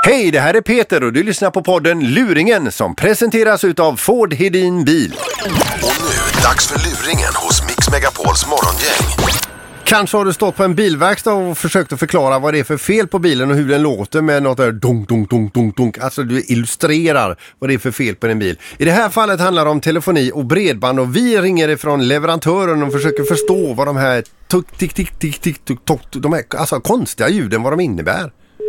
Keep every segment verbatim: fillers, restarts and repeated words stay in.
Hej, det här är Peter och du lyssnar på podden Luringen som presenteras utav Ford Hedin Bil. Och nu, dags för Luringen hos Mix Megapols morgongäng. Kanske har du stått på en bilverkstad och försökt att förklara vad det är för fel på bilen och hur den låter med något där dunk, dunk, dunk, dunk, dunk. Alltså du illustrerar vad det är för fel på din bil. I det här fallet handlar det om telefoni och bredband och vi ringer ifrån leverantören och försöker förstå vad de här tuk, tik, tik, tik, tik, tuk, tuk, de här alltså konstiga ljuden, vad de innebär.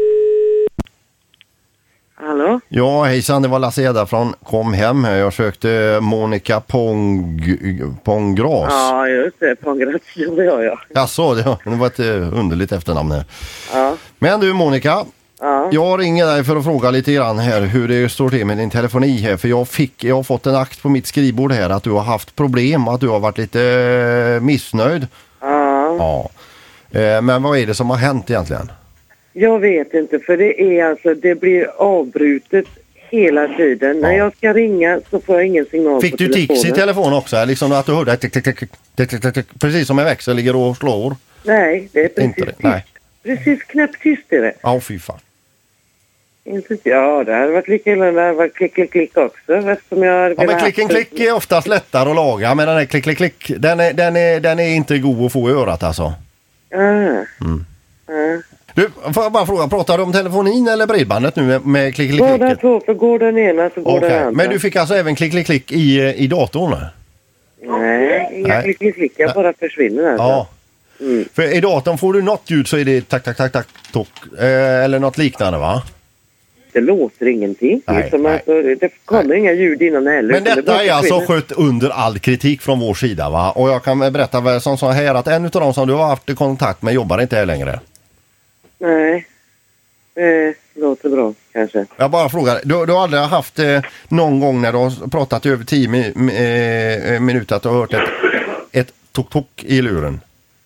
Hallå? Ja, hejsan, det var Lasse Edda från Kom hem här. Jag sökte Monica Pong, Ponggras. Ja, just det. Ponggras, jo, det gör jag. Jaså, det, det var ett underligt efternamn här. Ja. Men du Monica, ja. jag ringer dig för att fråga lite grann här hur det står till med din telefoni här. För jag, fick, jag har fått en akt på mitt skrivbord här att du har haft problem, att du har varit lite missnöjd. Ja. Ja. Men vad är det som har hänt egentligen? Jag vet inte, för det är alltså, det blir avbrutet hela tiden. Ja. När jag ska ringa så får jag ingen signal Fick på du telefonen. tics i telefon också? Liksom att du hörde tick, tick, tick, tick, tick, tick, tick, precis som en växel ligger och slår? Nej, det är precis inte det. tyst. Nej. Precis knäppt tyst är det. Ja, fy fan. Inte, ja, det hade varit lika illa när det var klick, klick, klick också. Eftersom jag ja, men klick, klick är oftast lättare att laga, men den här klick, klick, klick, den är, den är, den är inte god att få i örat alltså. Ja. Mm. Ja. Du, får jag bara fråga, pratar du om telefonin eller bredbandet nu med, med klick, klick, klick? Båda två, för går den ena så går okay. den andra. Men du fick alltså även klick, klick, klick i, i datorn? Nej, inga Nej. klick, klick, klick, jag bara försvinner alltså. Ja. Mm. För i datorn får du något ljud så är det tack, tack, tack, tack, tock, eh, eller något liknande va? Det låter ingenting. Nej, liksom nej. alltså, det kommer Nej. inga ljud innan heller. Men det detta är alltså försvinner. skött under all kritik från vår sida va? Och jag kan berätta vad som så här att en av dem som du har haft i kontakt med jobbar inte här längre. Nej, det låter bra kanske. Jag bara frågar, du, du har aldrig haft eh, någon gång när du har pratat i över tio mi, eh, minuter att du har hört ett, ett tok-tok i luren?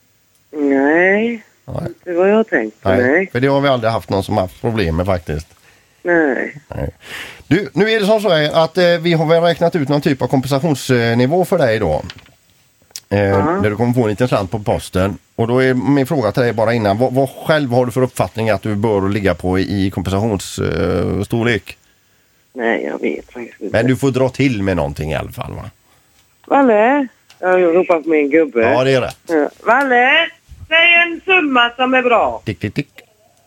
Nej, Nej. inte vad jag har tänkt. Nej, Nej. för det har vi aldrig haft någon som har haft problem med faktiskt. Nej. Nej. Du, nu är det som så här att eh, vi har väl räknat ut någon typ av kompensationsnivå för dig då. Eh, Ja. där du kommer få en liten slant på posten. Och då är min fråga till dig bara innan. Vad, vad själv har du för uppfattning att du bör ligga på i, i kompensationsstorlek? Nej, jag vet faktiskt inte. Men du får dra till med någonting i alla fall va? Valle? Jag ropar på min gubbe. Ja, det är rätt. Ja. Valle, säg en summa som är bra. Tick, tick, tick.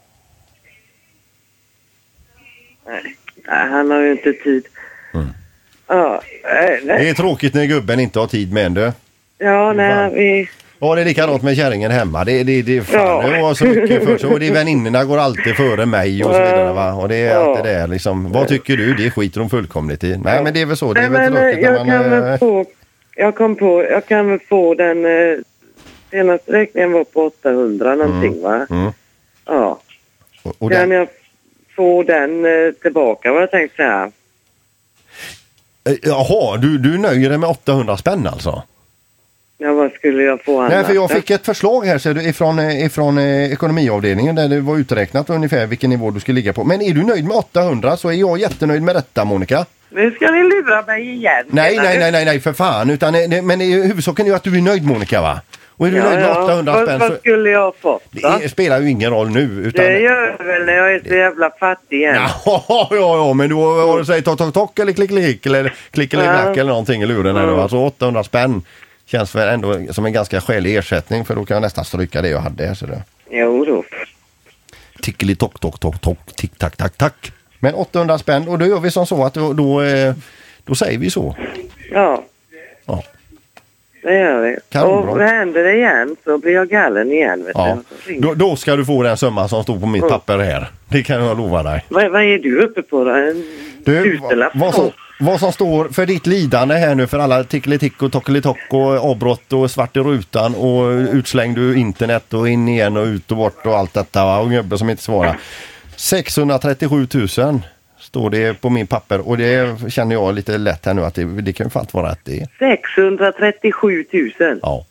Nej, nej han har ju inte tid. Mm. Ja, nej, Det nej. är tråkigt när gubben inte har tid med en du. Ja, nej, vi... Ja, det är likadant med kärringen hemma. Det, det, det är fan, Ja. det var så mycket för sig. Och det är väninnorna går alltid före mig och så vidare va. Och det är Ja. allt det där liksom. Vad tycker du? Det skiter de fullkomligt i. Nej, men det är väl så. Det är Nej, väl men tråkigt jag när man... kan väl eh, få... Jag kom på... Jag kan väl få den... Eh, senaste räkningen var på åttahundra någonting va? Mm. Ja. Och, och Kan den, jag få den eh, tillbaka vad jag tänkte säga? eh, jaha, du, du nöjer dig med åttahundra spänn alltså? Ja, vad skulle jag få annars? Nej, för jag fick ett förslag här så du, ifrån, eh, ifrån eh, ekonomiavdelningen där det var uträknat ungefär vilken nivå du skulle ligga på. Men är du nöjd med åttahundra så är jag jättenöjd med detta, Monica. Nu ska ni lura mig igen. Nej, menar nej, du? nej, nej, nej, för fan. Utan, eh, det- men i huvudsaken är ju att du är nöjd, Monica va? Och är du Ja, nöjd med ja. åttahundra vad, spänn vad så... skulle jag ha fått då? Det spelar ju ingen roll nu. Utan... Det gör jag väl när jag är så jävla fattig igen. Ja, ja, ja, men du har du säger tok, tok, tok eller klick, klick eller klick eller Ja. knack eller någonting i luren. Ja. Mm. Alltså åttahundra spänn känns väl ändå som en ganska skälig ersättning för då kan jag nästan stryka det jag hade här. Så det... Jo då. Tickeli tok, tok, tok, tok, tick, tack, tack, tack. Men åttahundra spänn och då gör vi som så att då, då, eh, då säger vi så. Ja, Ja. det gör vi. Kanonbra. Och händer det igen så blir jag gallen igen. Vet Ja. du. Då, då ska du få den summa som stod på mitt Mm. papper här. Det kan jag lova dig. Vad, vad är du uppe på då? En Du, tusenlapp? vad, som, vad som står för ditt lidande här nu för alla tickeli-tick och tockeli-tock och avbrott och svart i rutan och utslängd ur internet och in igen och ut och bort och allt detta va? Och gubben som inte svarar. sexhundratrettiosju tusen står det på min papper och det känner jag lite lätt här nu att det, det kan ju fan inte vara att det är. sexhundratrettiosju tusen? Ja.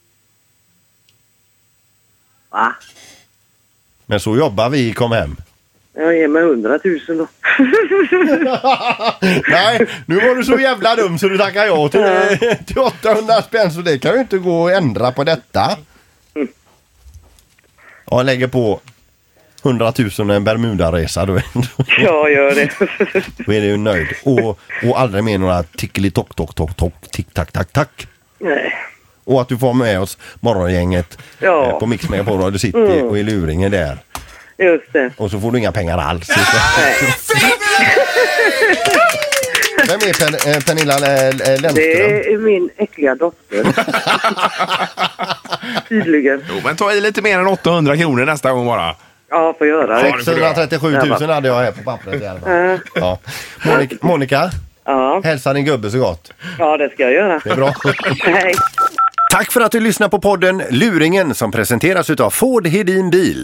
Va? Men så jobbar vi i Kom hem. Jag ger mig hundratusen då. Nej, nu var du så jävla dum så du tackar ja till, till åttahundra spänn så det kan ju inte gå att ändra på detta. Ja, jag lägger på hundratusen en Bermuda-resa då. Ja, gör det. Då är du nöjd. Och, och aldrig mer några tickeli tock tock tock tock tick tack tack tack. Nej. Och att du får med oss morgongänget Ja. eh, på Mix Megapol och du sitter Mm. och i luringen där. Just det. Och så får du inga pengar alls. Nej. Vem är Pen, eh, Pernilla eh, Lennström? Det är min äckliga dotter. Tydligen. Jo, men ta i lite mer än åttahundra kronor nästa gång bara. Ja, får göra det. sexhundratrettiosju tusen hade jag här på pappret. Ja. Ja. Monica, Monica, Ja. hälsa din gubbe så gott. Ja, det ska jag göra. Det är bra. Hej. Tack för att du lyssnar på podden Luringen som presenteras utav Ford Hedin Bil.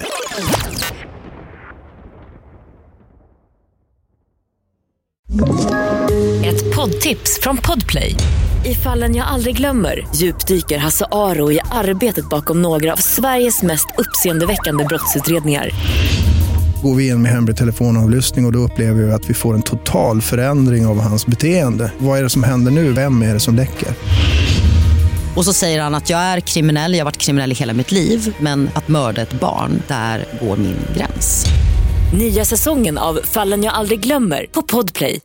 Ett poddtips från Podplay. I Fallen jag aldrig glömmer djupdyker Hasse Aro i arbetet bakom några av Sveriges mest uppseendeväckande brottsutredningar. Går vi in med hemlig telefonavlyssning och, och då upplever vi att vi får en total förändring av hans beteende. Vad är det som händer nu? Vem är det som läcker? Och så säger han att jag är kriminell, jag har varit kriminell i hela mitt liv. Men att mörda ett barn, där går min gräns. Nya säsongen av Fallen jag aldrig glömmer på Podplay.